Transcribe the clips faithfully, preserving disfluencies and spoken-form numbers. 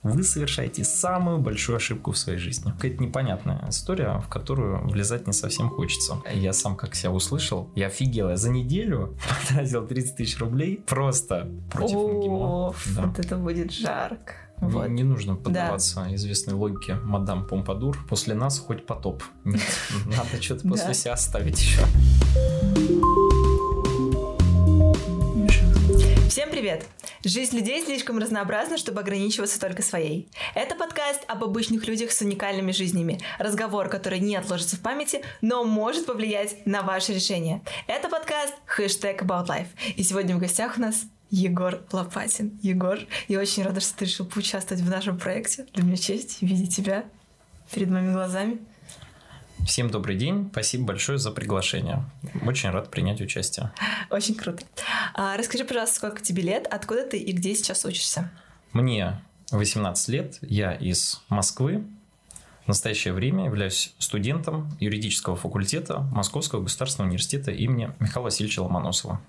вы совершаете самую большую ошибку в своей жизни. Какая-то непонятная история, в которую влезать не совсем хочется. Я сам как себя услышал, я офигел. Я за неделю потратил тридцать тысяч рублей просто против МГИМО. Да. Вот это будет жарко. Вот. Не, не нужно поддаваться да. известной логике мадам Помпадур. После нас хоть потоп. Нет, надо что-то после себя оставить еще. Всем привет! Жизнь людей слишком разнообразна, чтобы ограничиваться только своей. Это подкаст об обычных людях с уникальными жизнями. Разговор, который не отложится в памяти, но может повлиять на ваше решение. Это подкаст хэштег About Life. И сегодня в гостях у нас Егор Лопатин. Егор, я очень рада, что ты решил поучаствовать в нашем проекте. Для меня честь видеть тебя перед моими глазами. Всем добрый день. Спасибо большое за приглашение. Очень рад принять участие. Очень круто. А, расскажи, пожалуйста, сколько тебе лет, откуда ты и где сейчас учишься? Мне восемнадцать лет. Я из Москвы. В настоящее время являюсь студентом юридического факультета Московского государственного университета имени Михаила Васильевича Ломоносова.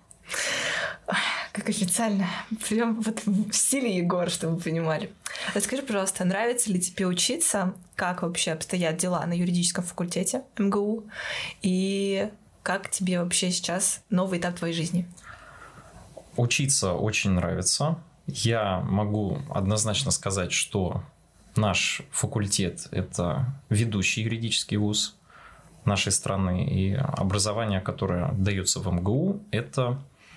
Как официально. Прям вот в стиле Егор, чтобы вы понимали. Расскажи, пожалуйста, нравится ли тебе учиться? Как вообще обстоят дела на юридическом факультете эм гэ у? И как тебе вообще сейчас новый этап твоей жизни? Учиться очень нравится. Я могу однозначно сказать, что наш факультет – это ведущий юридический вуз нашей страны. И образование, которое дается в эм гэ у, это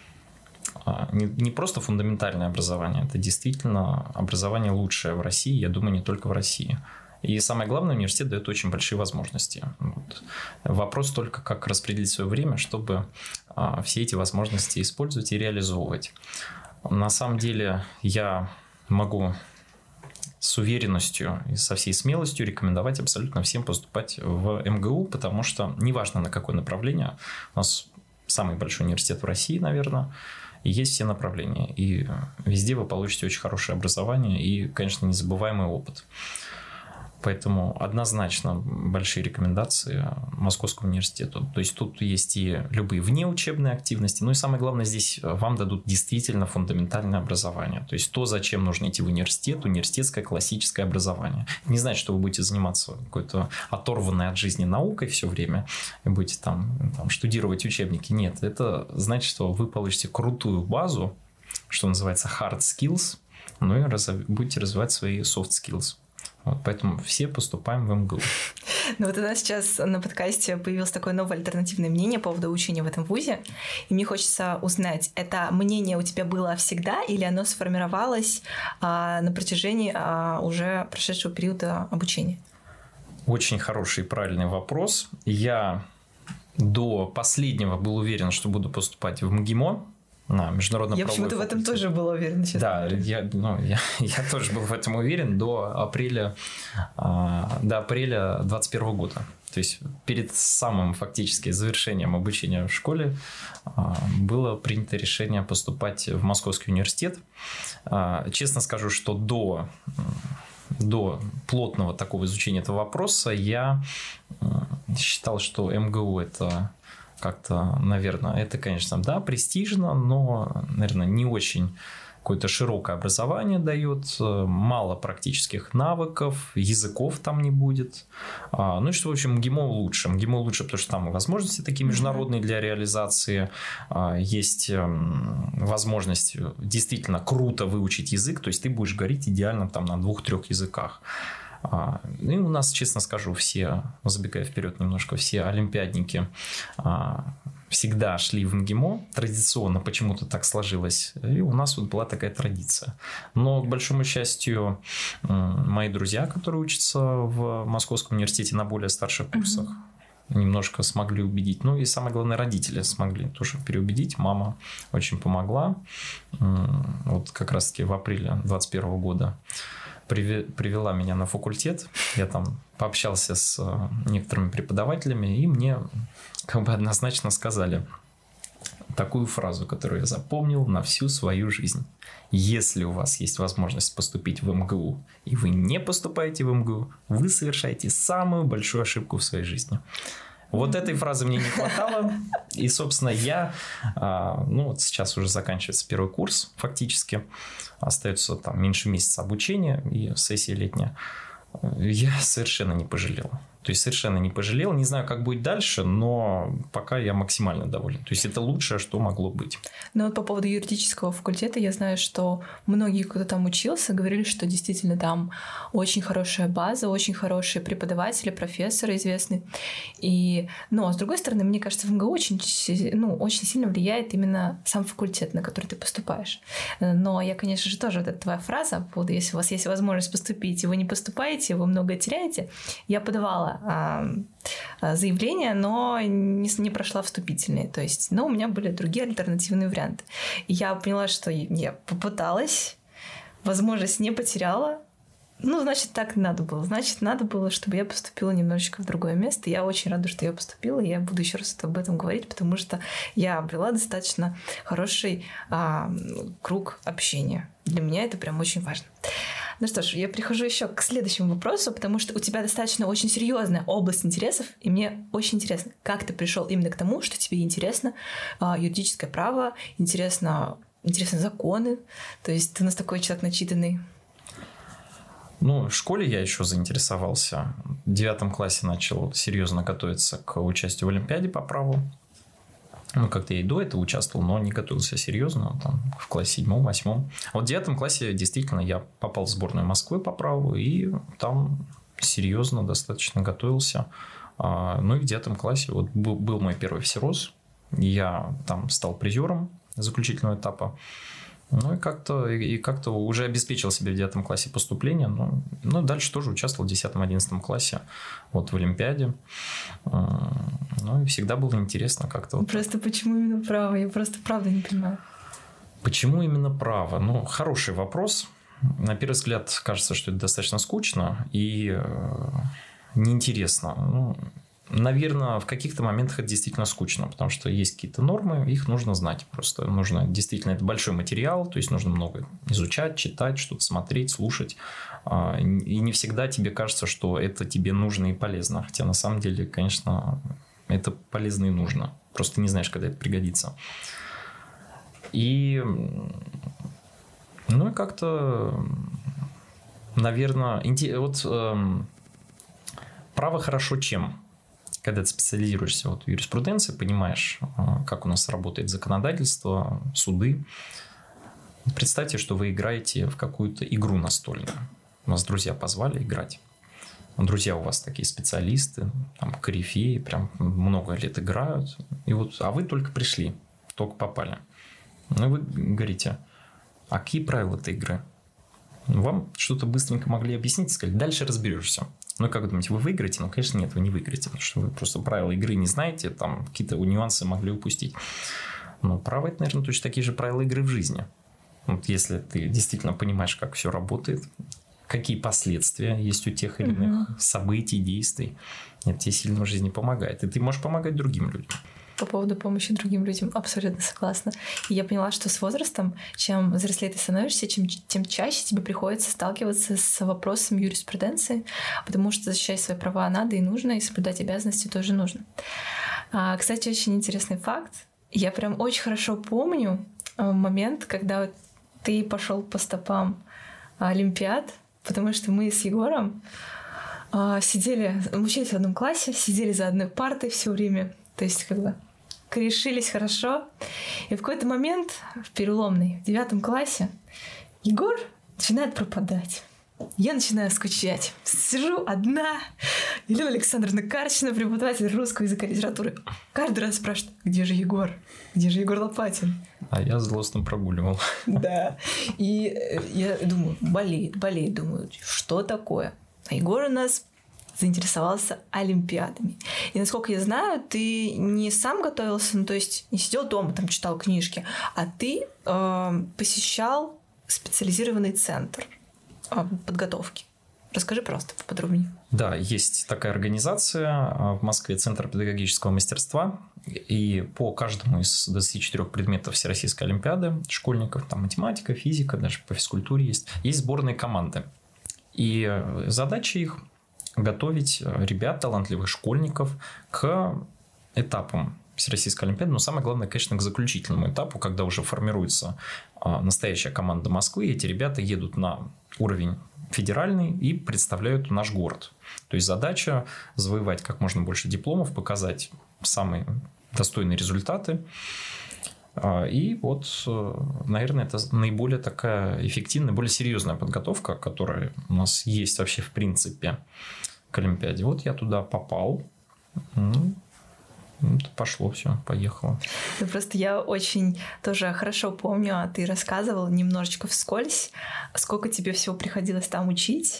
не, не просто фундаментальное образование, это действительно образование лучшее в России, я думаю, не только в России. И самое главное, университет дает очень большие возможности. Вот. Вопрос только, как распределить свое время, чтобы а, все эти возможности использовать и реализовывать. На самом деле я могу с уверенностью и со всей смелостью рекомендовать абсолютно всем поступать в эм гэ у, потому что неважно на какое направление, у нас самый большой университет в России, наверное, и есть все направления. И везде вы получите очень хорошее образование и, конечно, незабываемый опыт. Поэтому однозначно большие рекомендации Московскому университету. То есть тут есть и любые внеучебные активности. Ну и самое главное, здесь вам дадут действительно фундаментальное образование. То есть то, зачем нужно идти в университет, университетское классическое образование. Не значит, что вы будете заниматься какой-то оторванной от жизни наукой все время и будете там, там штудировать учебники. Нет, это значит, что вы получите крутую базу, что называется hard skills, ну и раз, будете развивать свои soft skills. Вот, поэтому все поступаем в эм гэ у. Ну вот у нас сейчас на подкасте появилось такое новое альтернативное мнение по поводу обучения в этом вузе. И мне хочется узнать, это мнение у тебя было всегда или оно сформировалось а, на протяжении а, уже прошедшего периода обучения? Очень хороший и правильный вопрос. Я до последнего был уверен, что буду поступать в МГИМО. На международном я почему-то в этом тоже была уверена. Да, я, ну, я, я тоже был в этом уверен до апреля, а, до апреля двадцать первого года. То есть перед самым фактически завершением обучения в школе а, было принято решение поступать в Московский университет. А, честно скажу, что до, до плотного такого изучения этого вопроса я считал, что эм гэ у это... Как-то, наверное, это, конечно, да, престижно, но, наверное, не очень какое-то широкое образование дает, мало практических навыков, языков там не будет. Ну и что, в общем, МГИМО лучше. МГИМО лучше, потому что там возможности такие международные для реализации, есть возможность действительно круто выучить язык, то есть ты будешь говорить идеально там на двух-трех языках. И у нас, честно скажу, все, забегая вперед немножко, все олимпиадники всегда шли в МГИМО. Традиционно почему-то так сложилось. И у нас вот была такая традиция. Но, к большому счастью, мои друзья, которые учатся в Московском университете на более старших курсах, mm-hmm. немножко смогли убедить. Ну и самое главное, родители смогли тоже переубедить. Мама очень помогла. Вот как раз-таки в апреле двадцать первого года привела меня на факультет, я там пообщался с некоторыми преподавателями, и мне как бы однозначно сказали такую фразу, которую я запомнил на всю свою жизнь. Если у вас есть возможность поступить в эм гэ у, и вы не поступаете в эм гэ у, вы совершаете самую большую ошибку в своей жизни. Вот mm-hmm. этой фразы мне не хватало. И, собственно, я... Ну, вот сейчас уже заканчивается первый курс фактически. Остается там меньше месяца обучения и сессия летняя. Я совершенно не пожалел. То есть, совершенно не пожалел. Не знаю, как будет дальше, но пока я максимально доволен. То есть, это лучшее, что могло быть. Но вот по поводу юридического факультета я знаю, что многие, кто там учился, говорили, что действительно там очень хорошая база, очень хорошие преподаватели, профессоры известные. И, ну, а с другой стороны, мне кажется, в МГУ очень, ну, очень сильно влияет именно сам факультет, на который ты поступаешь. Но я, конечно же, тоже вот эта твоя фраза по поводу, если у вас есть возможность поступить, и вы не поступаете, вы многое теряете. Я подавала заявление, но не, не прошла вступительные. То есть, но у меня были другие альтернативные варианты. И я поняла, что я попыталась, возможность не потеряла. Ну, значит, так надо было. Значит, надо было, чтобы я поступила немножечко в другое место. Я очень рада, что я поступила. И я буду еще раз об этом говорить, потому что я обрела достаточно хороший а, круг общения. Для меня это прям очень важно. Ну что ж, я прихожу еще к следующему вопросу, потому что у тебя достаточно очень серьезная область интересов, и мне очень интересно, как ты пришел именно к тому, что тебе интересно а, юридическое право, интересно, интересны законы, то есть ты у нас такой человек начитанный. Ну, в школе я еще заинтересовался. В девятом классе начал серьезно готовиться к участию в Олимпиаде по праву. Ну, как-то я и до этого участвовал, но не готовился серьезно, там, в классе седьмом, восьмом. А вот в девятом классе действительно я попал в сборную Москвы по праву, и там серьезно достаточно готовился. Ну, и в девятом классе вот был мой первый всерос. Я там стал призером заключительного этапа. Ну, и как-то, и как-то уже обеспечил себе в девятом классе поступление. Ну, ну, дальше тоже участвовал в десятом-одиннадцатом классе вот в Олимпиаде. Ну, и всегда было интересно как-то. Вот просто почему именно право? Я просто правда не понимаю. Почему именно право? Ну, хороший вопрос. На первый взгляд кажется, что это достаточно скучно и неинтересно. Ну, наверное, в каких-то моментах это действительно скучно, потому что есть какие-то нормы, их нужно знать. Просто нужно действительно, это большой материал, то есть нужно много изучать, читать, что-то смотреть, слушать. И не всегда тебе кажется, что это тебе нужно и полезно. Хотя на самом деле, конечно, это полезно и нужно. Просто не знаешь, когда это пригодится. И ну и как-то, наверное, вот право хорошо чем? Когда ты специализируешься вот в юриспруденции, понимаешь, как у нас работает законодательство, суды. Представьте, что вы играете в какую-то игру настольную. Вас друзья позвали играть. Друзья у вас такие специалисты, там, корифеи, прям много лет играют. И вот, а вы только пришли, только попали. Ну, и вы говорите, а какие правила этой игры? Вам что-то быстренько могли объяснить и сказать, дальше разберешься. Ну, как вы думаете, вы выиграете? Ну, конечно, нет, вы не выиграете, потому что вы просто правила игры не знаете, там какие-то нюансы могли упустить. Но право – это, наверное, точно такие же правила игры в жизни. Вот если ты действительно понимаешь, как все работает, какие последствия есть у тех или иных mm-hmm. событий, действий, это тебе сильно в жизни помогает. И ты можешь помогать другим людям. По поводу помощи другим людям абсолютно согласна. И я поняла, что с возрастом, чем взрослее ты становишься, чем, тем чаще тебе приходится сталкиваться с вопросом юриспруденции, потому что защищать свои права надо и нужно, и соблюдать обязанности тоже нужно. А, кстати, очень интересный факт. Я прям очень хорошо помню момент, когда ты пошел по стопам Олимпиад, потому что мы с Егором сидели, учились в одном классе, сидели за одной партой все время. То есть, как бы, корешились хорошо. И в какой-то момент, в переломный, в девятом классе, Егор начинает пропадать. Я начинаю скучать. Сижу одна. Елена Александровна Карчина, преподаватель русского языка и литературы. Каждый раз спрашивает, где же Егор? Где же Егор Лопатин? А я злостно прогуливал. Да. И я думаю, болеет, болеет. Думаю, что такое? А Егор у нас заинтересовался олимпиадами. И насколько я знаю, ты не сам готовился, ну то есть не сидел дома, там читал книжки, а ты э, посещал специализированный центр э, подготовки. Расскажи просто поподробнее. Да, есть такая организация в Москве, Центр педагогического мастерства. И по каждому из двадцати четырёх предметов Всероссийской олимпиады школьников, там математика, физика, даже по физкультуре есть, есть сборные команды. И задача их готовить ребят, талантливых школьников к этапам Всероссийской Олимпиады, но самое главное, конечно, к заключительному этапу, когда уже формируется настоящая команда Москвы, и эти ребята едут на уровень федеральный и представляют наш город. То есть задача завоевать как можно больше дипломов, показать самые достойные результаты. И вот, наверное, это наиболее такая эффективная, более серьезная подготовка, которая у нас есть вообще в принципе к Олимпиаде. Вот я туда попал. Пошло все, поехало. Ну, просто я очень тоже хорошо помню, а ты рассказывал немножечко вскользь, сколько тебе всего приходилось там учить.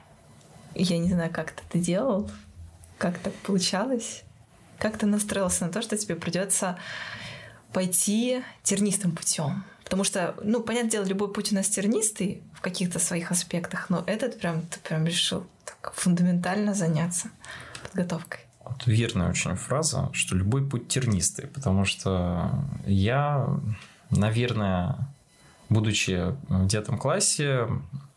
Я не знаю, как ты это делал, как так получалось. Как ты настроился на то, что тебе придется пойти тернистым путем? Потому что, ну, понятное дело, любой путь у нас тернистый в каких-то своих аспектах, но этот прям, ты прям решил так фундаментально заняться подготовкой. Вот верная очень фраза, что любой путь тернистый, потому что я, наверное, будучи в девятом классе,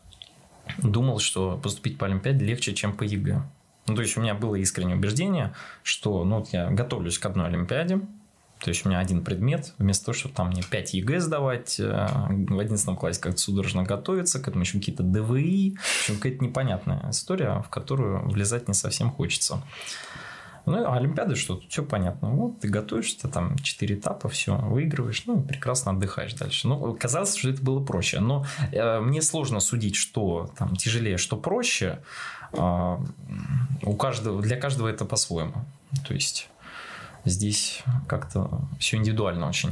думал, что поступить по Олимпиаде легче, чем по ЕГЭ. Ну, то есть, у меня было искреннее убеждение, что ну, вот я готовлюсь к одной Олимпиаде, то есть, у меня один предмет, вместо того, чтобы там мне пять ЕГЭ сдавать, в одиннадцатом классе как-то судорожно готовиться, к этому еще какие-то ДВИ, в общем, какая-то непонятная история, в которую влезать не совсем хочется. Ну, а Олимпиады что, тут все понятно. Вот ты готовишься, там четыре этапа, все, выигрываешь, ну, прекрасно отдыхаешь дальше. Ну, казалось, что это было проще. Но э, мне сложно судить, что там тяжелее, что проще. Э, у каждого, для каждого это по-своему. То есть, здесь как-то все индивидуально очень.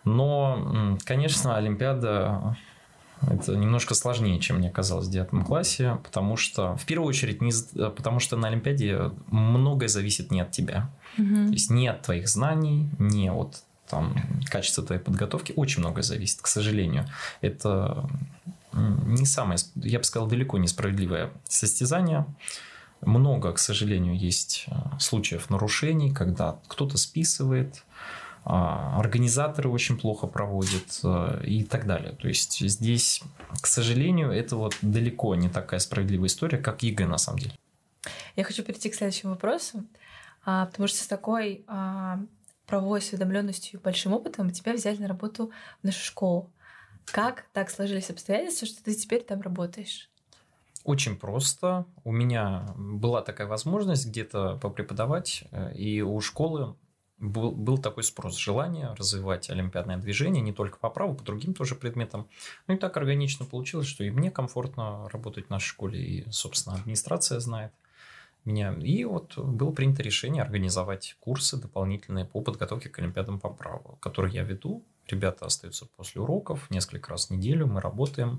Но, конечно, Олимпиада... Это немножко сложнее, чем мне казалось в девятом классе, потому что, в первую очередь, не, потому что на Олимпиаде многое зависит не от тебя. Mm-hmm. То есть, не от твоих знаний, не от там, качества твоей подготовки. Очень многое зависит, к сожалению. Это не самое, я бы сказал, далеко не справедливое состязание. Много, к сожалению, есть случаев нарушений, когда кто-то списывает, организаторы очень плохо проводят и так далее. То есть, здесь, к сожалению, это вот далеко не такая справедливая история, как ЕГЭ на самом деле. Я хочу перейти к следующему вопросу, потому что с такой правовой осведомленностью и большим опытом тебя взяли на работу в нашу школу. Как так сложились обстоятельства, что ты теперь там работаешь? Очень просто. У меня была такая возможность где-то попреподавать, и у школы Был, был такой спрос, желание развивать олимпиадное движение не только по праву, по другим тоже предметам. Ну и так органично получилось, что и мне комфортно работать в нашей школе, и, собственно, администрация знает меня. И вот было принято решение организовать курсы дополнительные по подготовке к олимпиадам по праву, которые я веду. Ребята остаются после уроков несколько раз в неделю, мы работаем.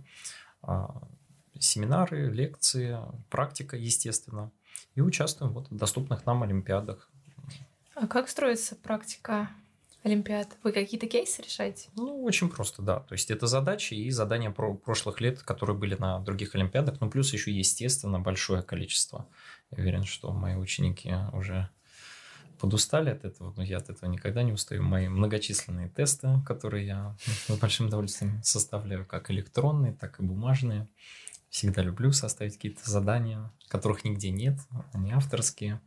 Семинары, лекции, практика, естественно. И участвуем вот в доступных нам олимпиадах. А как строится практика олимпиад? Вы какие-то кейсы решаете? Ну, очень просто, да. То есть, это задачи и задания про прошлых лет, которые были на других олимпиадах. Ну, плюс еще, естественно, большое количество. Я уверен, что мои ученики уже подустали от этого, но я от этого никогда не устаю. Мои многочисленные тесты, которые я с большим удовольствием составляю, как электронные, так и бумажные. Всегда люблю составить какие-то задания, которых нигде нет, они авторские.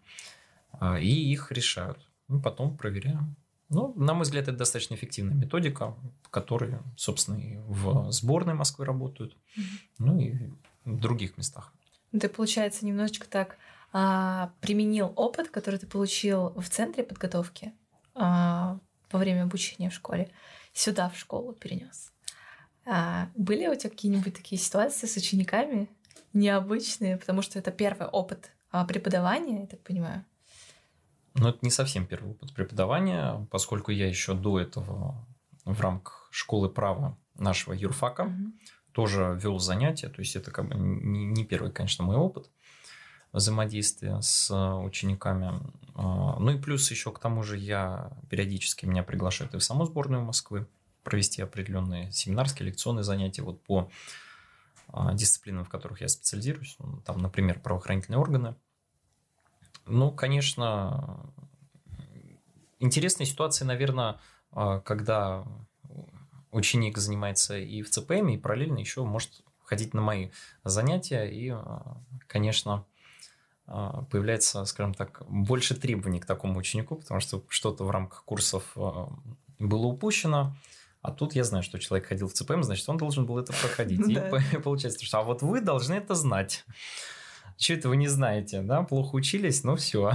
И их решают. Ну, потом проверяем. Ну, на мой взгляд, это достаточно эффективная методика, по которой, собственно, и в сборной Москвы работают, mm-hmm. ну и в других местах. Ты, получается, немножечко так а, применил опыт, который ты получил в центре подготовки а, во время обучения в школе, сюда, в школу перенес. А, были у тебя какие-нибудь такие ситуации с учениками необычные, потому что это первый опыт а, преподавания, я так понимаю? Но это не совсем первый опыт преподавания, поскольку я еще до этого в рамках школы права нашего юрфака mm-hmm. тоже вел занятия. То есть, это как бы не, не первый, конечно, мой опыт взаимодействия с учениками. Ну и плюс еще к тому же я периодически меня приглашают и в саму сборную Москвы провести определенные семинарские, лекционные занятия вот по дисциплинам, в которых я специализируюсь. Там, например, правоохранительные органы. Ну, конечно, интересная ситуация, наверное, когда ученик занимается и в ЦПМ, и параллельно еще может ходить на мои занятия. И, конечно, появляется, скажем так, больше требований к такому ученику, потому что что-то в рамках курсов было упущено. А тут я знаю, что человек ходил в ЦПМ, значит, он должен был это проходить. И получается, что а вот вы должны это знать. Что это вы не знаете, да? Плохо учились, ну все.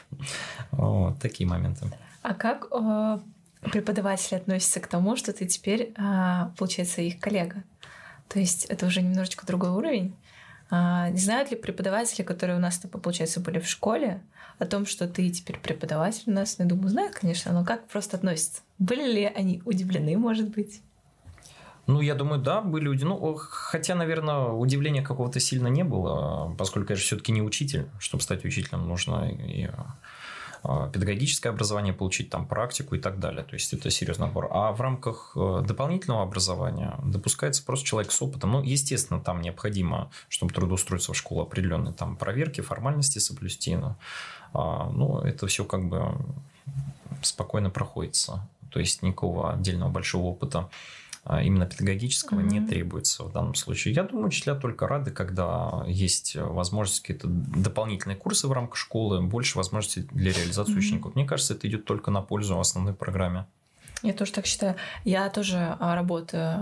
Вот такие моменты. А как э, преподаватели относятся к тому, что ты теперь, э, получается, их коллега? То есть это уже немножечко другой уровень. А, не знают ли преподаватели, которые у нас, получается, были в школе, о том, что ты теперь преподаватель у нас? Я думаю, знают, конечно, но как просто относятся? Были ли они удивлены, может быть? Ну, я думаю, да, были удивлены. Ну, хотя, наверное, удивления какого-то сильно не было, поскольку я же все-таки не учитель. Чтобы стать учителем, нужно и педагогическое образование получить, там, практику и так далее. То есть это серьезный набор. А в рамках дополнительного образования допускается просто человек с опытом. Ну, естественно, там необходимо, чтобы трудоустроиться в школу, определенные там проверки, формальности соблюсти. Ну, это все как бы спокойно проходится. То есть никакого отдельного большого опыта именно педагогического mm-hmm. не требуется в данном случае. Я думаю, учителя только рады, когда есть возможность, какие-то дополнительные курсы в рамках школы, больше возможностей для реализации mm-hmm. учеников. Мне кажется, это идет только на пользу основной программе. Я тоже так считаю. Я тоже работаю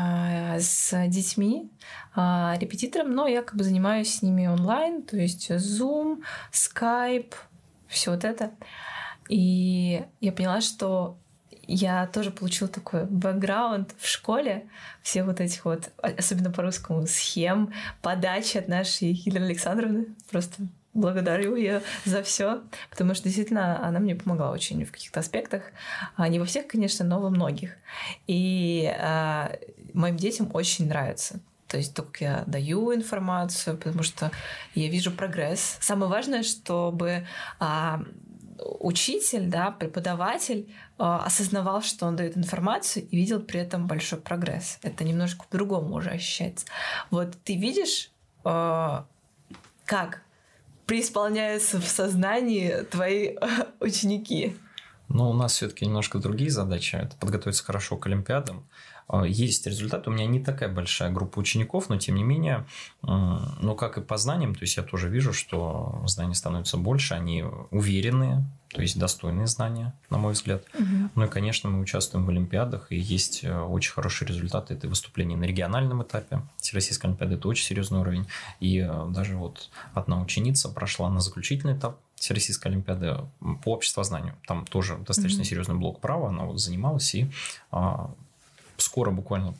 с детьми, репетитором, но я как бы занимаюсь с ними онлайн, то есть Zoom, Skype, все вот это. И я поняла, что я тоже получила такой бэкграунд в школе, все вот этих вот, особенно по-русскому, схем, подачи от нашей Елены Александровны. Просто благодарю ее за все, потому что действительно она мне помогла очень в каких-то аспектах. Не во всех, конечно, но во многих. И а, моим детям очень нравится. То есть то, как я даю информацию, потому что я вижу прогресс. Самое важное, чтобы а, учитель, да, преподаватель э, осознавал, что он дает информацию и видел при этом большой прогресс. Это немножко по-другому уже ощущается. Вот ты видишь, э, как преисполняются в сознании твои э, ученики? Ну, у нас все-таки немножко другие задачи. Это подготовиться хорошо к олимпиадам. Есть результат. У меня не такая большая группа учеников, но тем не менее, ну, как и по знаниям, то есть я тоже вижу, что знаний становится больше, они уверенные, то есть достойные знания, на мой взгляд. Угу. Ну и, конечно, мы участвуем в олимпиадах, и есть очень хорошие результаты. Это выступления на региональном этапе. Всероссийская олимпиада – это очень серьезный уровень. И даже вот одна ученица прошла на заключительный этап Всероссийской олимпиады по обществознанию. Там тоже достаточно mm-hmm. серьезный блок права, она вот занималась, и а, скоро, буквально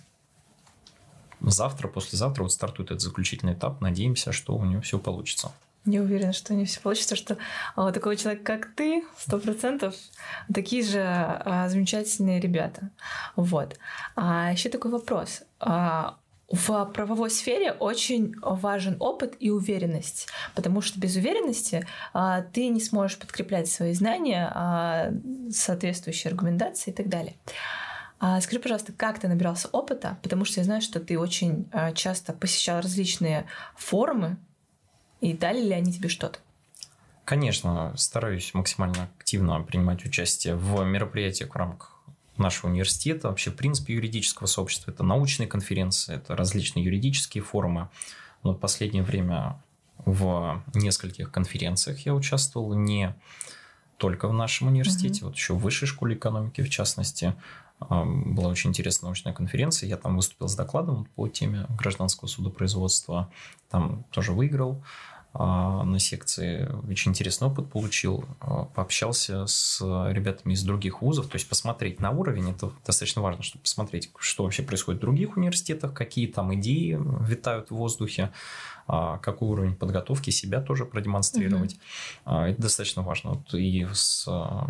завтра, послезавтра вот стартует этот заключительный этап. Надеемся, что у нее все получится. Я уверена, что у нее все получится, что а, такого человека, как ты, сто процентов такие же а, замечательные ребята. Вот. А еще такой вопрос. А, В правовой сфере очень важен опыт и уверенность, потому что без уверенности а, ты не сможешь подкреплять свои знания, а, соответствующей аргументации и так далее. А, скажи, пожалуйста, как ты набирался опыта, потому что я знаю, что ты очень а, часто посещал различные форумы, и дали ли они тебе что-то? Конечно, стараюсь максимально активно принимать участие в мероприятиях в рамках нашего университета, вообще в принципе юридического сообщества. Это научные конференции, это различные юридические форумы. Но в последнее время в нескольких конференциях я участвовал, не только в нашем университете, mm-hmm. вот еще в Высшей школе экономики, в частности. Была очень интересная научная конференция. Я там выступил с докладом по теме гражданского судопроизводства. Там тоже выиграл на секции, очень интересный опыт получил, пообщался с ребятами из других вузов, то есть посмотреть на уровень, это достаточно важно, чтобы посмотреть, что вообще происходит в других университетах, какие там идеи витают в воздухе, какой уровень подготовки, себя тоже продемонстрировать. Mm-hmm. Это достаточно важно. Вот и с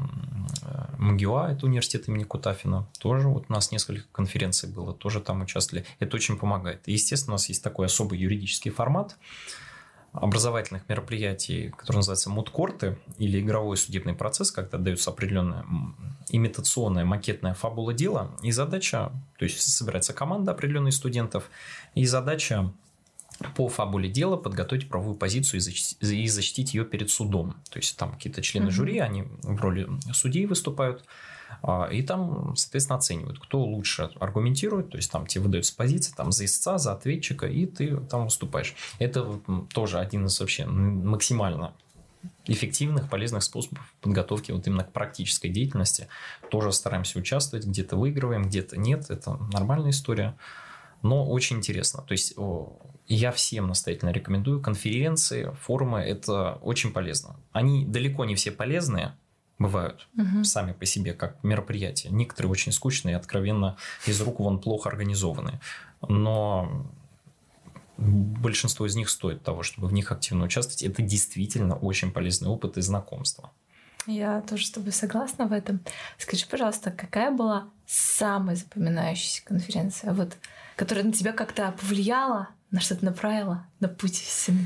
МГУА, это университет имени Кутафина, тоже вот у нас несколько конференций было, тоже там участвовали. Это очень помогает. И, естественно, у нас есть такой особый юридический формат образовательных мероприятий, который называется мудкорты или игровой судебный процесс, когда дается определенная имитационная макетная фабула дела, и задача, то есть собирается команда определенных студентов, и задача по фабуле дела подготовить правовую позицию и защитить, и защитить ее перед судом. То есть там какие-то члены mm-hmm. жюри, они в роли судей выступают, И там, соответственно, оценивают, кто лучше аргументирует, то есть там тебе выдается позиция там, за истца, за ответчика, и ты там выступаешь. Это тоже один из вообще максимально эффективных, полезных способов подготовки вот именно к практической деятельности. Тоже стараемся участвовать, где-то выигрываем, где-то нет, это нормальная история, но очень интересно. То есть я всем настоятельно рекомендую. Конференции, форумы – это очень полезно. Они далеко не все полезные, бывают угу. сами по себе, как мероприятия. Некоторые очень скучные, откровенно из рук вон плохо организованы. Но большинство из них стоит того, чтобы в них активно участвовать. Это действительно очень полезный опыт и знакомство. Я тоже с тобой согласна в этом. Скажи, пожалуйста, какая была самая запоминающаяся конференция, вот, которая на тебя как-то повлияла, на что-то направила, на путь истины?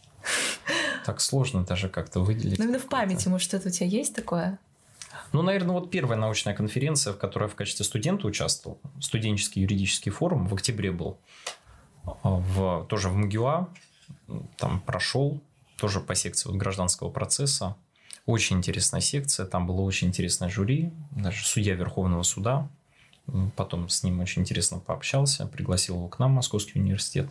Так сложно даже как-то выделить. Ну, именно в памяти, может, что-то у тебя есть такое? Ну, наверное, вот первая научная конференция, в которой я в качестве студента участвовал, студенческий юридический форум, в октябре был, в, тоже в МГУА, там прошел, тоже по секции вот гражданского процесса. Очень интересная секция, там было очень интересное жюри, даже судья Верховного суда. Потом с ним очень интересно пообщался, пригласил его к нам в Московский университет.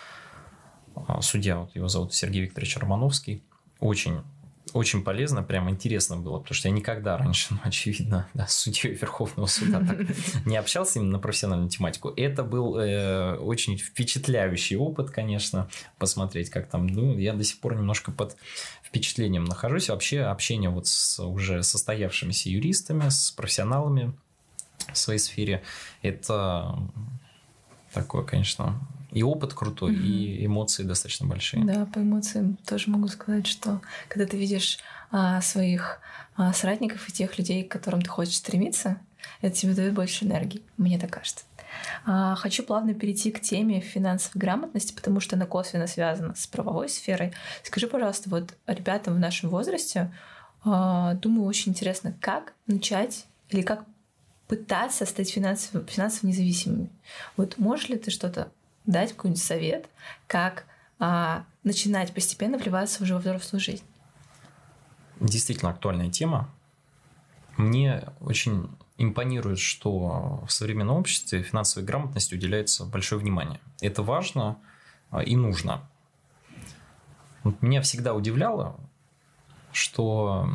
Судья, вот его зовут Сергей Викторович Романовский. Очень, очень полезно, прям интересно было, потому что я никогда раньше, ну, очевидно, да, с судьей Верховного суда так не общался именно на профессиональную тематику. Это был э, очень впечатляющий опыт, конечно, посмотреть, как там, ну, я до сих пор немножко под впечатлением нахожусь. Вообще общение вот с уже состоявшимися юристами, с профессионалами в своей сфере, это такое, конечно, и опыт крутой, mm-hmm. и эмоции достаточно большие. Да, по эмоциям тоже могу сказать, что когда ты видишь а, своих а, соратников и тех людей, к которым ты хочешь стремиться, это тебе дает больше энергии, мне так кажется. А, хочу плавно перейти к теме финансовой грамотности, потому что она косвенно связана с правовой сферой. Скажи, пожалуйста, вот ребятам в нашем возрасте, а, думаю, очень интересно, как начать или как пытаться стать финансово, финансово независимыми. Вот можешь ли ты что-то дать, какой-нибудь совет, как а, начинать постепенно вливаться уже во взрослую жизнь? Действительно актуальная тема. Мне очень импонирует, что в современном обществе финансовой грамотности уделяется большое внимание. Это важно и нужно. Вот меня всегда удивляло, что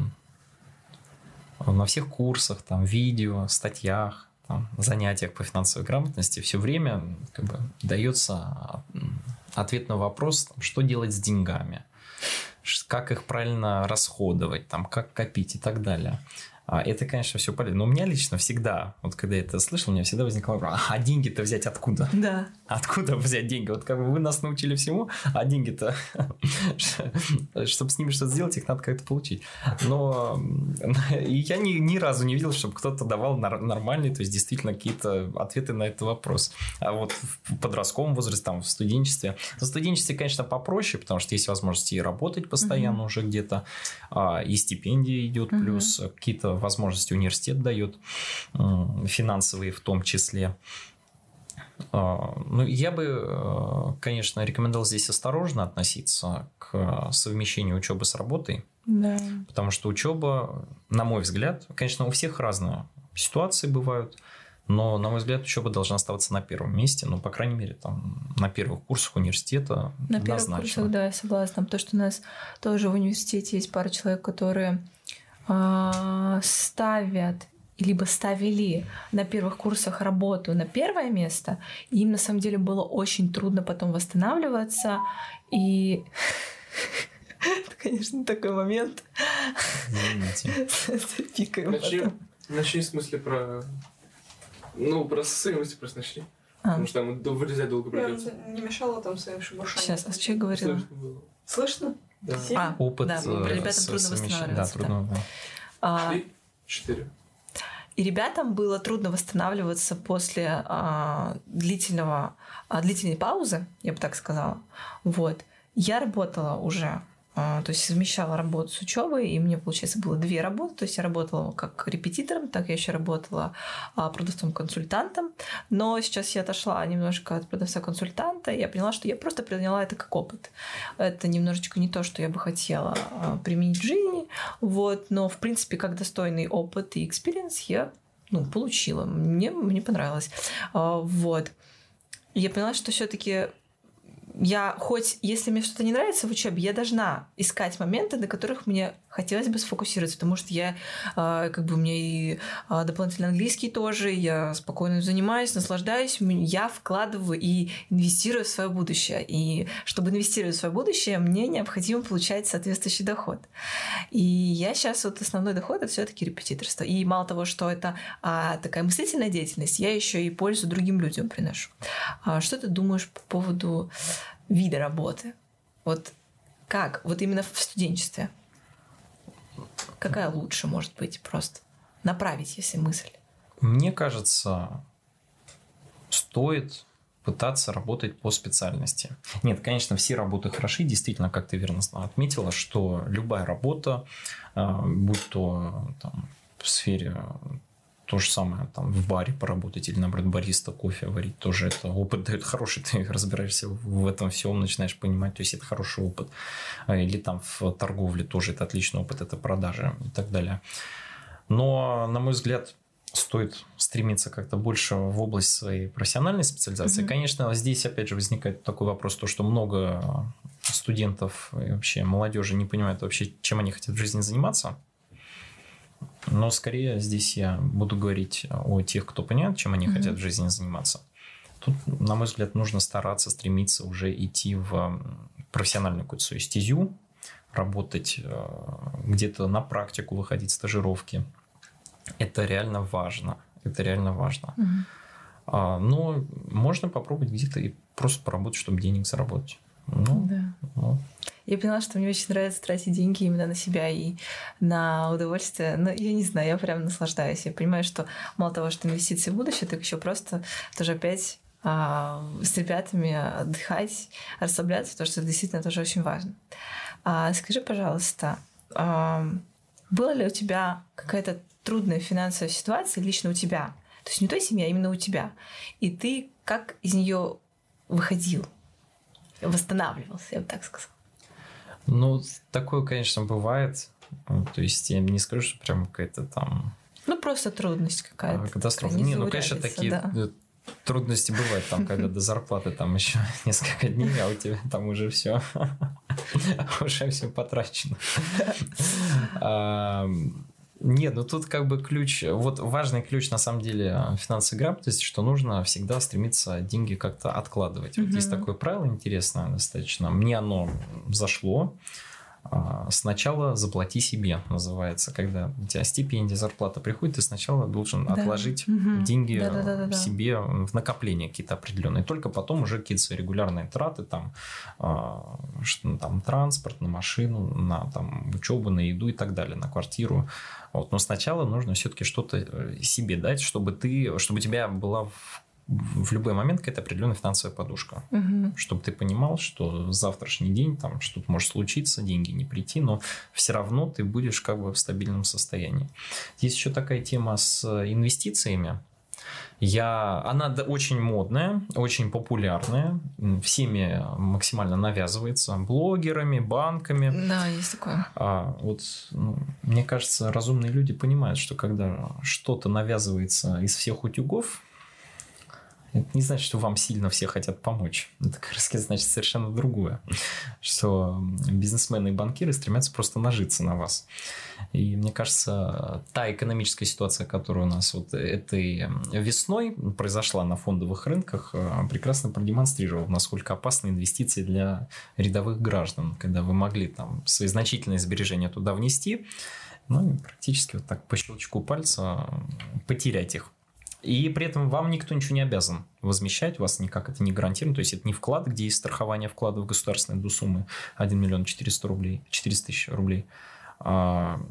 на всех курсах, там, видео, статьях, там, занятиях по финансовой грамотности все время как бы дается ответ на вопрос, там, что делать с деньгами, как их правильно расходовать, там, как копить и так далее. Это, конечно, все полезно. Но у меня лично всегда, вот когда я это слышал, у меня всегда возникал вопрос: а деньги-то взять откуда? Да. Откуда взять деньги? Вот как бы вы нас научили всему, а деньги-то, чтобы с ними что-то сделать, их надо как-то получить. Но я ни, ни разу не видел, чтобы кто-то давал нормальные, то есть действительно какие-то ответы на этот вопрос. А вот в подростковом возрасте, там, в студенчестве. В студенчестве, конечно, попроще, потому что есть возможность и работать постоянно mm-hmm. уже где-то, и стипендия идет, mm-hmm. плюс какие-то возможности университет дает, финансовые в том числе. Ну, я бы, конечно, рекомендовал здесь осторожно относиться к совмещению учебы с работой, да. потому что учеба, на мой взгляд, конечно, у всех разные ситуации бывают, но, на мой взгляд, учеба должна оставаться на первом месте, ну, по крайней мере, там, на первых курсах университета. На первых курсах, да, я согласна, потому что у нас тоже в университете есть пара человек, которые ставят либо ставили на первых курсах работу на первое место, и им на самом деле было очень трудно потом восстанавливаться. И это, конечно, такой момент. Извините. Начни в смысле про... Ну, про совместимость просто начни. Потому что там вырезать долго придется. Не мешало там своим шебуршанием. Сейчас, а что я говорила? Слышно? Да. А, опыт, да, ребятам трудно восстанавливаться. Да, трудно, да. А, Четыре. И ребятам было трудно восстанавливаться после а, длительного, а, длительной паузы, я бы так сказала. Вот. Я работала уже, а, то есть совмещала работу с учебой, и мне, получается, было две работы. То есть я работала как репетитором, так я еще работала а, продавцом-консультантом. Но сейчас я отошла немножко от продавца-консультанта, и я поняла, что я просто приняла это как опыт. Это немножечко не то, что я бы хотела а, применить в жизни. Вот. Но, в принципе, как достойный опыт и экспириенс я ну, получила. Мне, мне понравилось. Вот. Я поняла, что все-таки я, хоть если мне что-то не нравится в учебе, я должна искать моменты, на которых мне хотелось бы сфокусироваться, потому что я, как бы, у меня и дополнительный английский тоже, я спокойно занимаюсь, наслаждаюсь, я вкладываю и инвестирую в свое будущее. И чтобы инвестировать в свое будущее, мне необходимо получать соответствующий доход. И я сейчас вот основной доход — это все-таки репетиторство. И мало того, что это а, такая мыслительная деятельность, я еще и пользу другим людям приношу. А что ты думаешь по поводу вида работы? Вот как? Вот именно в студенчестве. Какая лучше может быть просто? Направить, если мысль. Мне кажется, стоит пытаться работать по специальности. Нет, конечно, все работы хороши. Действительно, как ты верно отметила, что любая работа, будь то там, в сфере... То же самое, там, в баре поработать или, наоборот, бариста, кофе варить, тоже это опыт дает хороший, ты разбираешься в этом всем, начинаешь понимать, то есть это хороший опыт. Или там в торговле тоже это отличный опыт, это продажи и так далее. Но, на мой взгляд, стоит стремиться как-то больше в область своей профессиональной специализации. Mm-hmm. Конечно, здесь, опять же, возникает такой вопрос, то, что много студентов и вообще молодежи не понимают вообще, чем они хотят в жизни заниматься. Но скорее здесь я буду говорить о тех, кто понимает, чем они mm-hmm. хотят в жизни заниматься. Тут, на мой взгляд, нужно стараться, стремиться уже идти в профессиональную какую-то свою стезю, работать где-то на практику, выходить в стажировки. Это реально важно. Это реально важно. Mm-hmm. Но можно попробовать где-то и просто поработать, чтобы денег заработать. Ну, да. ну. Я поняла, что мне очень нравится тратить деньги именно на себя и на удовольствие. Но я не знаю, я прям наслаждаюсь. Я понимаю, что мало того, что инвестиции в будущее, так еще просто тоже опять а, с ребятами отдыхать, расслабляться, потому что это действительно тоже очень важно. А, скажи, пожалуйста, а, была ли у тебя какая-то трудная финансовая ситуация лично у тебя? То есть не у той семьи, а именно у тебя. И ты как из нее выходил? Восстанавливался, я бы так сказала. Ну, такое, конечно, бывает. То есть я не скажу, что прям какая-то там... Ну, просто трудность какая-то. Катастрофа. Не, ну, конечно, такие да. трудности бывают, там, когда до зарплаты там еще несколько дней, а у тебя там уже все уже все потрачено. Нет, ну тут как бы ключ, вот важный ключ на самом деле финансовой грамотности, что нужно всегда стремиться деньги как-то откладывать. Mm-hmm. Вот есть такое правило интересное достаточно, мне оно зашло. Сначала заплати себе, называется, когда у тебя стипендия, зарплата приходит, ты сначала должен да. отложить угу. деньги да, да, да, да, себе в накопления какие-то определенные, только потом уже какие-то свои регулярные траты, там, что, там транспорт, на машину, на там, учебу, на еду и так далее, на квартиру. Вот. Но сначала нужно все-таки что-то себе дать, чтобы ты, чтобы у тебя была в в любой момент какая-то определенная финансовая подушка. Угу. Чтобы ты понимал, что завтрашний день там что-то может случиться, деньги не прийти, но все равно ты будешь как бы в стабильном состоянии. Есть еще такая тема с инвестициями. Я... Она очень модная, очень популярная, всеми максимально навязывается, блогерами, банками. Да, есть такое. А вот, ну, мне кажется, разумные люди понимают, что когда что-то навязывается из всех утюгов, это не значит, что вам сильно все хотят помочь. Это как раз значит совершенно другое. Что бизнесмены и банкиры стремятся просто нажиться на вас. И мне кажется, та экономическая ситуация, которая у нас вот этой весной произошла на фондовых рынках, прекрасно продемонстрировала, насколько опасны инвестиции для рядовых граждан. Когда вы могли там свои значительные сбережения туда внести, ну и практически вот так по щелчку пальца потерять их. И при этом вам никто ничего не обязан возмещать, у вас никак это не гарантировано. То есть, это не вклад, где есть страхование вкладов государственной до суммы один миллион четыреста рублей, четыреста тысяч рублей. А,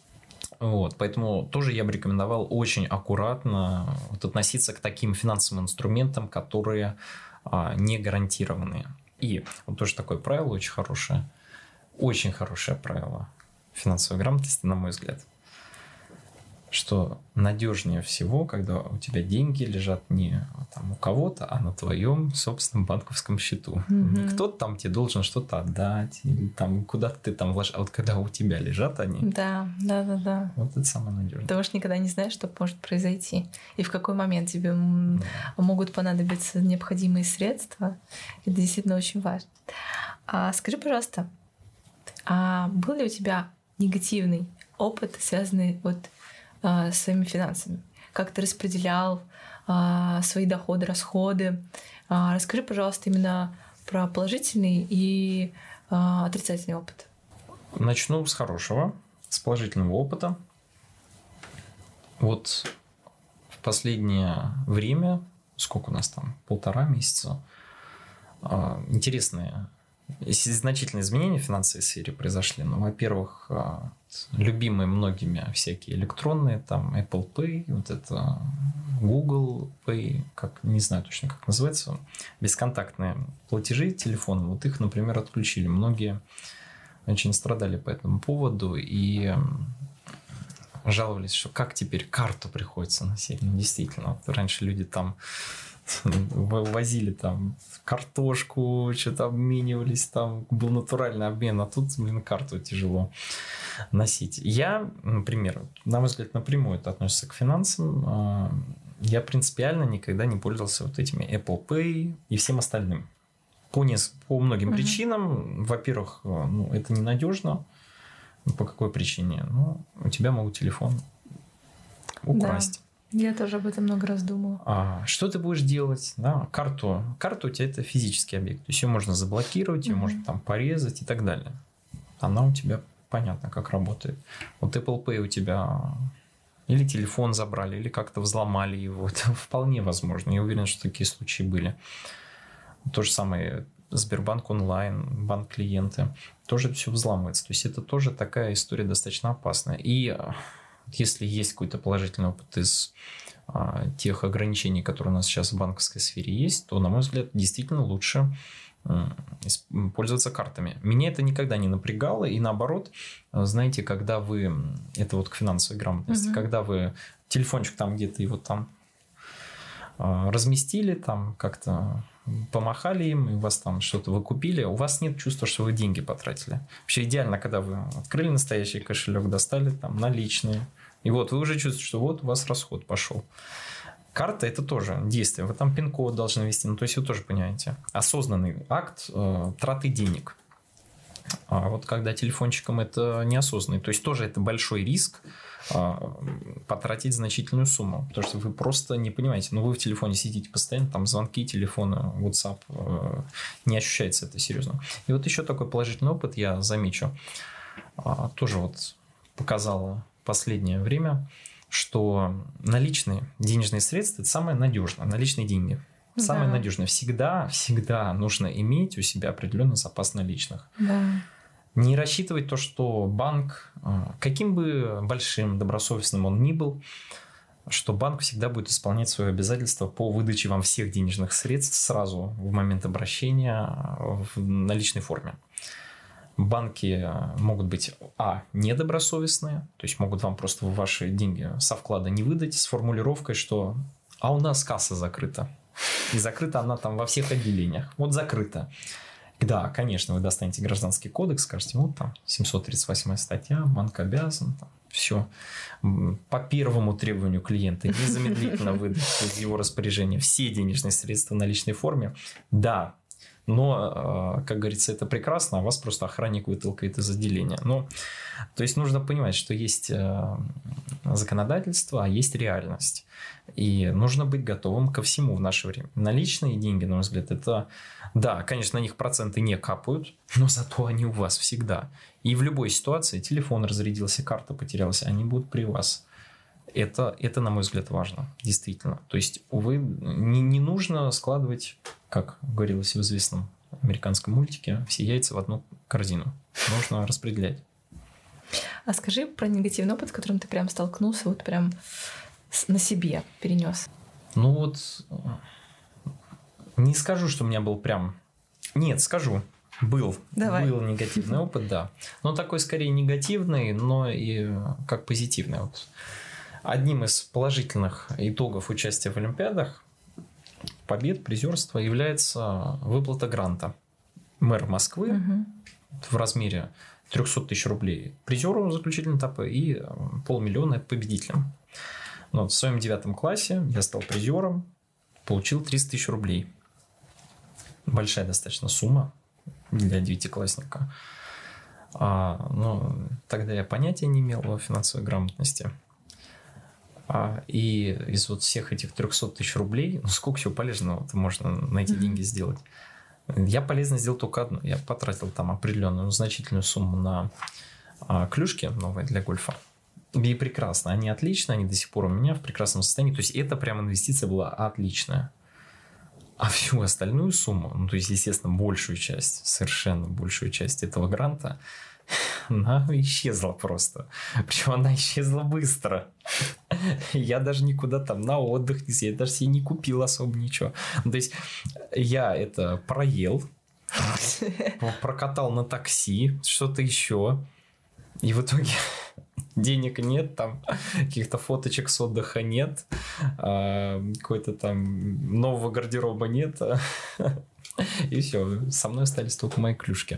вот, поэтому тоже я бы рекомендовал очень аккуратно вот, относиться к таким финансовым инструментам, которые а, не гарантированные. И вот тоже такое правило очень хорошее, очень хорошее правило финансовой грамотности, на мой взгляд. что надежнее всего, когда у тебя деньги лежат не там, у кого-то, а на твоем собственном банковском счету. Mm-hmm. Кто-то там тебе должен что-то отдать, или там куда-то ты там вложишь. А вот когда у тебя лежат они... Да, да, да, да. Вот это самое надежное. Потому что никогда не знаешь, что может произойти. И в какой момент тебе mm. могут понадобиться необходимые средства. Это действительно очень важно. А скажи, пожалуйста, а был ли у тебя негативный опыт, связанный вот с своими финансами? Как ты распределял а, свои доходы, расходы? А, расскажи, пожалуйста, именно про положительный и а, отрицательный опыт. Начну с хорошего, с положительного опыта. Вот в последнее время, сколько у нас там, полтора месяца, а, интересные, значительные изменения в финансовой сфере произошли. Ну, во-первых, любимые многими всякие электронные, там Apple Pay, вот это Google Pay, как, не знаю точно, как называется, бесконтактные платежи телефоном, вот их, например, отключили. Многие очень страдали по этому поводу и жаловались, что как теперь карту приходится носить. Ну, действительно, вот раньше люди там возили там картошку, что-то обменивались, там был натуральный обмен, а тут, блин, карту тяжело носить. Я, например, на мой взгляд, напрямую это относится к финансам, я принципиально никогда не пользовался вот этими Apple Pay и всем остальным. По, не, по многим uh-huh. причинам. Во-первых, ну, это ненадежно. По какой причине? Ну, у тебя могут телефон украсть. Да. Я тоже об этом много раз думала. А, что ты будешь делать? Да, карту. Карта у тебя это физический объект. То есть ее можно заблокировать, ее uh-huh. можно там порезать и так далее. Она у тебя понятно, как работает. Вот Apple Pay у тебя или телефон забрали, или как-то взломали его. Это вполне возможно. Я уверен, что такие случаи были. То же самое Сбербанк онлайн, банк клиенты. Тоже все взламывается. То есть это тоже такая история достаточно опасная. И если есть какой-то положительный опыт из а, тех ограничений, которые у нас сейчас в банковской сфере есть, то, на мой взгляд, действительно лучше а, пользоваться картами. Меня это никогда не напрягало. И наоборот, знаете, когда вы... Это вот к финансовой грамотности. Угу. Когда вы телефончик там где-то его там а, разместили, там как-то помахали им, и у вас там что-то вы купили, у вас нет чувства, что вы деньги потратили. Вообще идеально, когда вы открыли настоящий кошелек, достали там наличные, и вот вы уже чувствуете, что вот у вас расход пошел. Карта – это тоже действие. Вы там пин-код должны ввести, ну то есть вы тоже понимаете. Осознанный акт э, траты денег. А вот когда телефончиком это неосознанный, то есть тоже это большой риск потратить значительную сумму, потому что вы просто не понимаете, ну вы в телефоне сидите постоянно, там звонки, телефоны, WhatsApp, не ощущается это серьезно. И вот еще такой положительный опыт я замечу, тоже вот показало последнее время, что наличные денежные средства – это самое надежное, наличные деньги. Самое да. надежное. Всегда, всегда нужно иметь у себя определенный запас наличных. Да. Не рассчитывать то, что банк, каким бы большим, добросовестным он ни был, что банк всегда будет исполнять свои обязательства по выдаче вам всех денежных средств сразу в момент обращения в наличной форме. Банки могут быть, а, недобросовестные, то есть могут вам просто ваши деньги со вклада не выдать с формулировкой, что «а у нас касса закрыта». И закрыта она там во всех отделениях. Вот закрыта. Да, конечно, вы достанете гражданский кодекс, скажете, вот там семьсот тридцать восьмая статья, банк обязан, там, все. По первому требованию клиента незамедлительно выдать из его распоряжения все денежные средства в наличной форме. Да, но, как говорится, это прекрасно, а вас просто охранник вытолкает из отделения. Ну, то есть нужно понимать, что есть законодательство, а есть реальность. И нужно быть готовым ко всему в наше время. Наличные деньги, на мой взгляд, это... Да, конечно, на них проценты не капают, но зато они у вас всегда. И в любой ситуации телефон разрядился, карта потерялась, они будут при вас. Это, это на мой взгляд, важно. Действительно. То есть, увы, не, не нужно складывать, как говорилось в известном американском мультике, все яйца в одну корзину. Нужно распределять. А скажи про негативный опыт, с которым ты прям столкнулся, вот прям на себе перенес. Ну вот, не скажу, что у меня был прям... Нет, скажу. Был. Давай. Был негативный опыт, да. Но такой скорее негативный, но и как позитивный. Вот. одним из положительных итогов участия в Олимпиадах, побед, призерства является выплата гранта. Мэр Москвы угу. в размере триста тысяч рублей призеру заключительного этапа и полмиллиона победителям. Но в своем девятом классе я стал призером, получил триста тысяч рублей. Большая достаточно сумма для девятиклассника. А, но тогда я понятия не имел о финансовой грамотности. А, и из вот всех этих триста тысяч рублей, ну сколько всего полезного можно на эти mm-hmm. деньги сделать? Я полезно сделал только одно. Я потратил там определенную значительную сумму на а, клюшки новые для гольфа. И прекрасно. Они отличные, они до сих пор у меня в прекрасном состоянии. То есть это прям инвестиция была отличная. А всю остальную сумму, ну то есть, естественно, большую часть, совершенно большую часть этого гранта, она исчезла просто. Причем она исчезла быстро. Я даже никуда там на отдых не съездил, я даже себе не купил особо ничего. То есть я это проел, прокатал на такси, что-то еще. И в итоге денег нет, там каких-то фоточек с отдыха нет, какой-то там нового гардероба нет. И все, со мной остались только мои клюшки.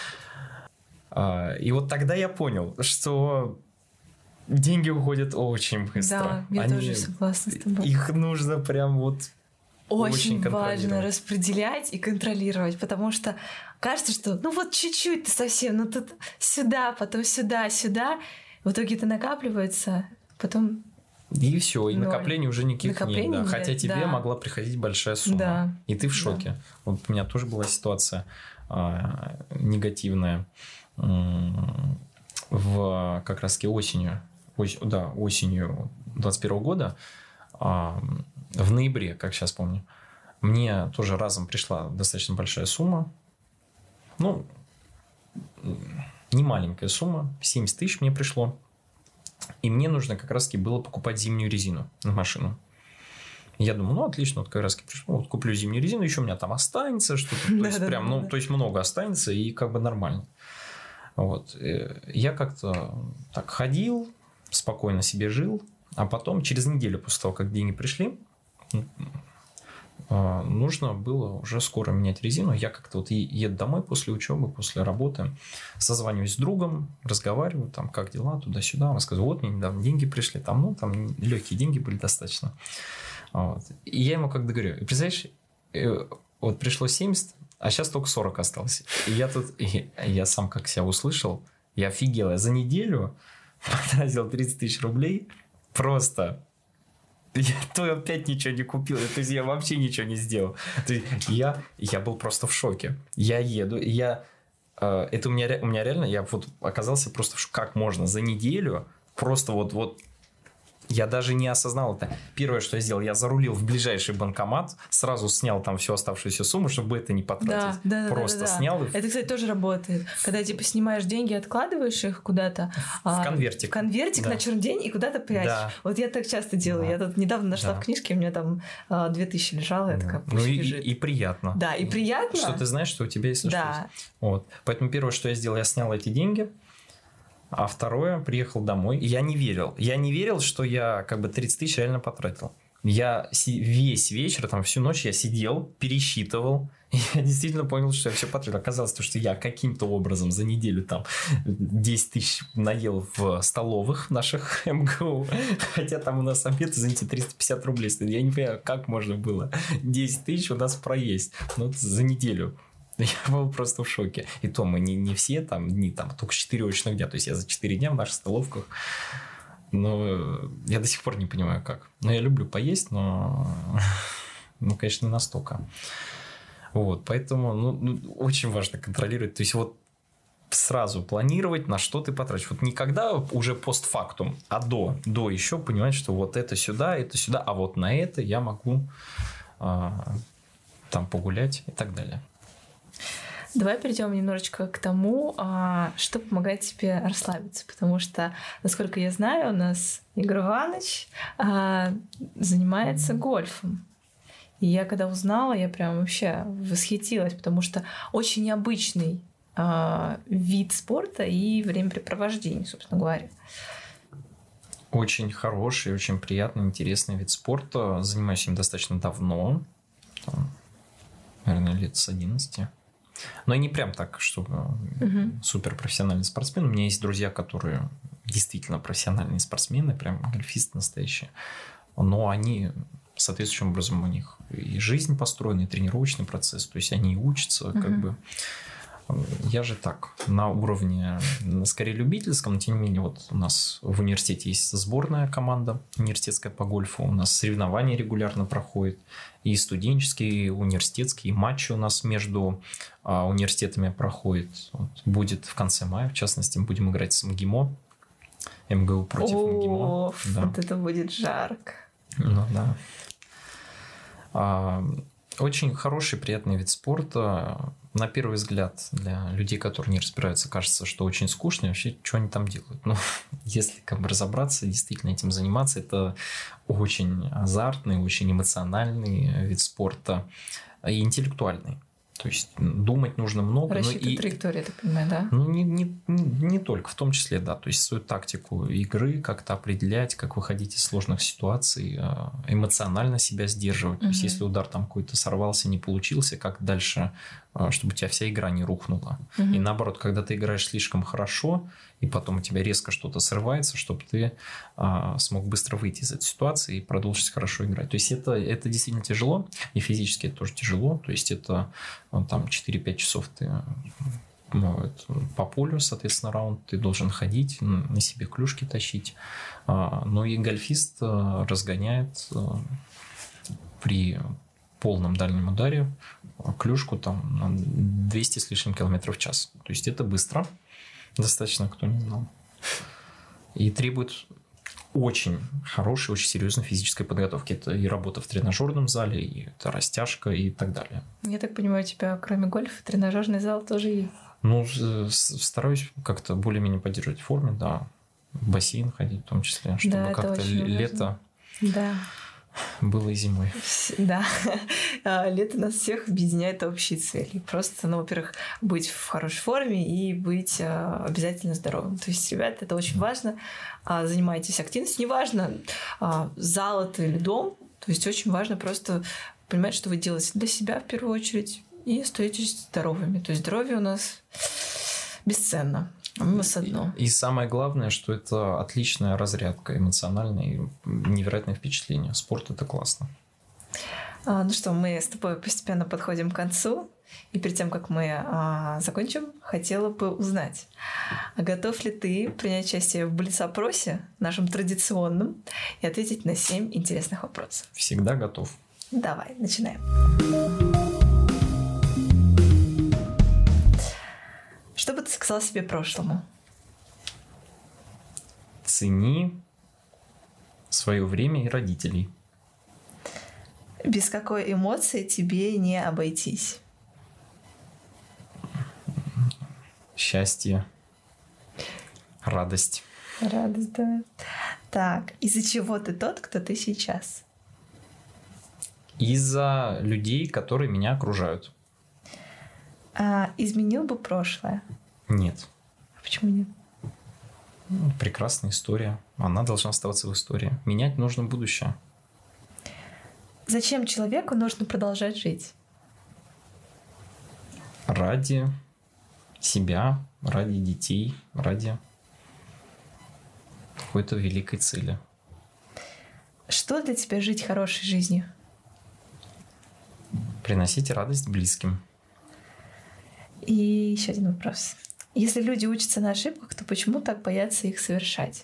И вот тогда я понял, что деньги уходят очень быстро. Да, я Они, тоже согласна с тобой. Их нужно прям вот очень, очень важно распределять и контролировать, потому что кажется, что ну вот чуть-чуть ты совсем, ну тут сюда, потом сюда, сюда. В итоге это накапливается, потом... И все, и ноль. Накоплений уже никаких Накоплений нет, да. Хотя тебе да. могла приходить большая сумма. Да. И ты в шоке. Да. Вот у меня тоже была ситуация а, негативная в как раз-таки осенью, ось, да, осенью двадцать первого года, а, в ноябре, как сейчас помню, мне тоже разом пришла достаточно большая сумма. Ну, не маленькая сумма, семьдесят тысяч мне пришло. И мне нужно как раз-таки было покупать зимнюю резину на машину. Я думаю, ну, отлично, вот как раз-таки пришло, вот куплю зимнюю резину, еще у меня там останется что-то. То есть, прям, ну, то есть, много останется, и как бы нормально. Вот. Я как-то так ходил, спокойно себе жил, а потом через неделю после того, как деньги пришли, нужно было уже скоро менять резину. Я как-то вот еду домой после учебы, после работы, созваниваюсь с другом, разговариваю, там, как дела, туда-сюда, рассказываю, вот мне недавно деньги пришли, там, ну, там легкие деньги были достаточно. Вот. И я ему как-то говорю, представляешь, вот пришло семьдесят, а сейчас только сорок осталось. И я тут, и я сам как себя услышал, я офигел, я за неделю потратил тридцать тысяч рублей просто... Я то опять ничего не купил, то есть я вообще ничего не сделал. То есть я, я был просто в шоке. Я еду, я... Э, это у меня, у меня реально... Я вот оказался просто в шоке. Как можно за неделю просто вот... вот я даже не осознал это. Первое, что я сделал, я зарулил в ближайший банкомат, сразу снял там всю оставшуюся сумму, чтобы это не потратить. Да, да, просто да, да, да. снял. И... Это, кстати, тоже работает. Когда типа снимаешь деньги, откладываешь их куда-то. В конвертик. В конвертик да. на черный день и куда-то прячешь. Да. Вот я так часто делаю. Да. Я тут недавно нашла да. в книжке, у меня там а, две тысячи лежало. Я такая, ну и, и приятно. Да, и приятно. Что ты знаешь, что у тебя есть да. что-то. Вот. Поэтому первое, что я сделал, я снял эти деньги. А второе, приехал домой. Я не верил. Я не верил, что я как бы тридцать тысяч реально потратил. Я си- весь вечер, там всю ночь я сидел, пересчитывал. И я действительно понял, что я все потратил. Оказалось, что я каким-то образом за неделю там десять тысяч наел в столовых наших эм гэ у. Хотя там у нас обед, извините, триста пятьдесят рублей стоит. Я не понимаю, как можно было десять тысяч у нас проесть. Ну, за неделю. Я был просто в шоке. И то мы не, не все там дни, там только четыре очных дня. То есть я за четыре дня в наших столовках. Но я до сих пор не понимаю, как. Но я люблю поесть, но, ну, конечно, не настолько. Вот, поэтому ну, ну, очень важно контролировать. То есть вот сразу планировать, на что ты потратишь. Вот не когда уже постфактум, а до, до еще понимать, что вот это сюда, это сюда, а вот на это я могу а, там погулять и так далее. Давай перейдем немножечко к тому, что помогает тебе расслабиться. Потому что, насколько я знаю, у нас Игорь Иванович занимается гольфом. И я когда узнала, я прям вообще восхитилась, потому что очень необычный вид спорта и времяпрепровождения, собственно говоря. Очень хороший, очень приятный, интересный вид спорта. Занимаюсь им достаточно давно. Там, наверное, лет с одиннадцати. Но и не прям так, чтобы угу. суперпрофессиональный спортсмен. У меня есть друзья, которые действительно профессиональные спортсмены, прям гольфисты настоящие. Но они соответствующим образом, у них и жизнь построена, и тренировочный процесс. То есть они и учатся, угу. как бы. Я же так, на уровне, скорее, любительском, но тем не менее, вот у нас в университете есть сборная команда университетская по гольфу, у нас соревнования регулярно проходят, и студенческие, и университетские, и матчи у нас между а, университетами проходят. Вот, будет в конце мая, в частности, мы будем играть с МГИМО, МГУ против О, МГИМО. Да. Вот это будет жарко. Ну да. А, очень хороший, приятный вид спорта. На первый взгляд, для людей, которые не разбираются, кажется, что очень скучно, и вообще, что они там делают. Но если как бы разобраться, действительно этим заниматься, это очень азартный, очень эмоциональный вид спорта и интеллектуальный. То есть думать нужно много. Рассчитывать и... траекторию, я так понимаю, да? Ну, не, не, не только, в том числе, да. То есть свою тактику игры как-то определять, как выходить из сложных ситуаций, эмоционально себя сдерживать. Угу. То есть если удар там какой-то сорвался, не получился, как дальше, чтобы у тебя вся игра не рухнула. Угу. И наоборот, когда ты играешь слишком хорошо, и потом у тебя резко что-то срывается, чтобы ты а, смог быстро выйти из этой ситуации и продолжить хорошо играть. То есть это, это действительно тяжело, и физически это тоже тяжело. То есть это там четыре-пять часов ты ну, по полю, соответственно, раунд, ты должен ходить, на себе клюшки тащить. А, но и гольфист разгоняет при полном дальнем ударе клюшку там на двести с лишним километров в час. То есть это быстро. Достаточно, кто не знал. И требует очень хорошей, очень серьезной физической подготовки. Это и работа в тренажерном зале, и это растяжка, и так далее. Я так понимаю, у тебя кроме гольфа тренажерный зал тоже есть? Ну, стараюсь как-то более-менее поддерживать в форме, да. В бассейн ходить в том числе, чтобы да, как-то лето... Да. Было и зимой. Да. Лето нас всех объединяет общие цели. Просто, ну, во-первых, быть в хорошей форме и быть обязательно здоровым. То есть, ребята, это очень важно. Занимайтесь активностью. Неважно, зал это или дом. То есть, очень важно просто понимать, что вы делаете для себя в первую очередь и остаетесь здоровыми. То есть, здоровье у нас бесценно. Мы с одно. И самое главное, что это отличная разрядка эмоциональная и невероятное впечатление. Спорт – это классно. А, ну что, мы с тобой постепенно подходим к концу. И перед тем, как мы а, закончим, хотела бы узнать, а готов ли ты принять участие в блиц-опросе, нашем традиционном, и ответить на семь интересных вопросов? Всегда готов. Давай, начинаем. Что бы ты сказал себе прошлому? Цени свое время и родителей. Без какой эмоции тебе не обойтись? Счастье, радость. Радость, да. Так, из-за чего ты тот, кто ты сейчас? Из-за людей, которые меня окружают. А, изменил бы прошлое? Нет. А почему нет? Ну, прекрасная история. Она должна оставаться в истории. Менять нужно будущее. Зачем человеку нужно продолжать жить? Ради себя, ради детей, ради какой-то великой цели. Что для тебя жить хорошей жизнью? Приносить радость близким. И еще один вопрос. Если люди учатся на ошибках, то почему так боятся их совершать?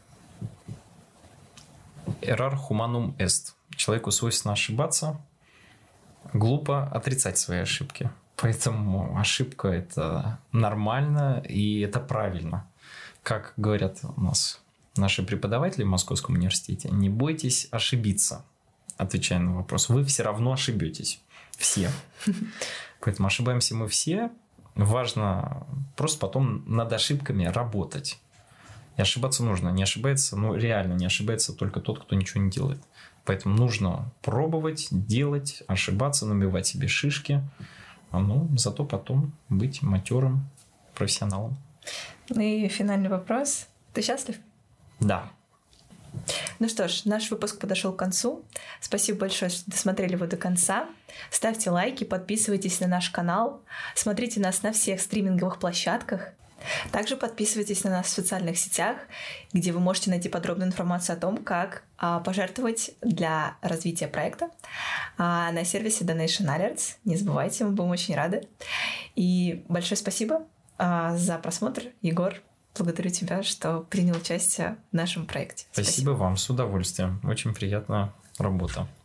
Error humanum est. Человеку свойственно ошибаться, глупо отрицать свои ошибки. Поэтому ошибка – это нормально и это правильно. Как говорят у нас наши преподаватели в Московском университете, не бойтесь ошибиться, отвечая на вопрос. Вы все равно ошибетесь. Все. Поэтому ошибаемся мы все. Важно просто потом над ошибками работать. И ошибаться нужно. Не ошибается, ну реально не ошибается только тот, кто ничего не делает. Поэтому нужно пробовать, делать, ошибаться, набивать себе шишки. Ну, зато потом быть матерым профессионалом. Ну и финальный вопрос. Ты счастлив? Да. Ну что ж, наш выпуск подошел к концу. Спасибо большое, что досмотрели его до конца. Ставьте лайки, подписывайтесь на наш канал, смотрите нас на всех стриминговых площадках. Также подписывайтесь на нас в социальных сетях, где вы можете найти подробную информацию о том, как а, пожертвовать для развития проекта а, на сервисе Donation Alerts. Не забывайте, мы будем очень рады. И большое спасибо а, за просмотр, Егор. Благодарю тебя, что принял участие в нашем проекте. Спасибо, Спасибо вам, с удовольствием. Очень приятная работа.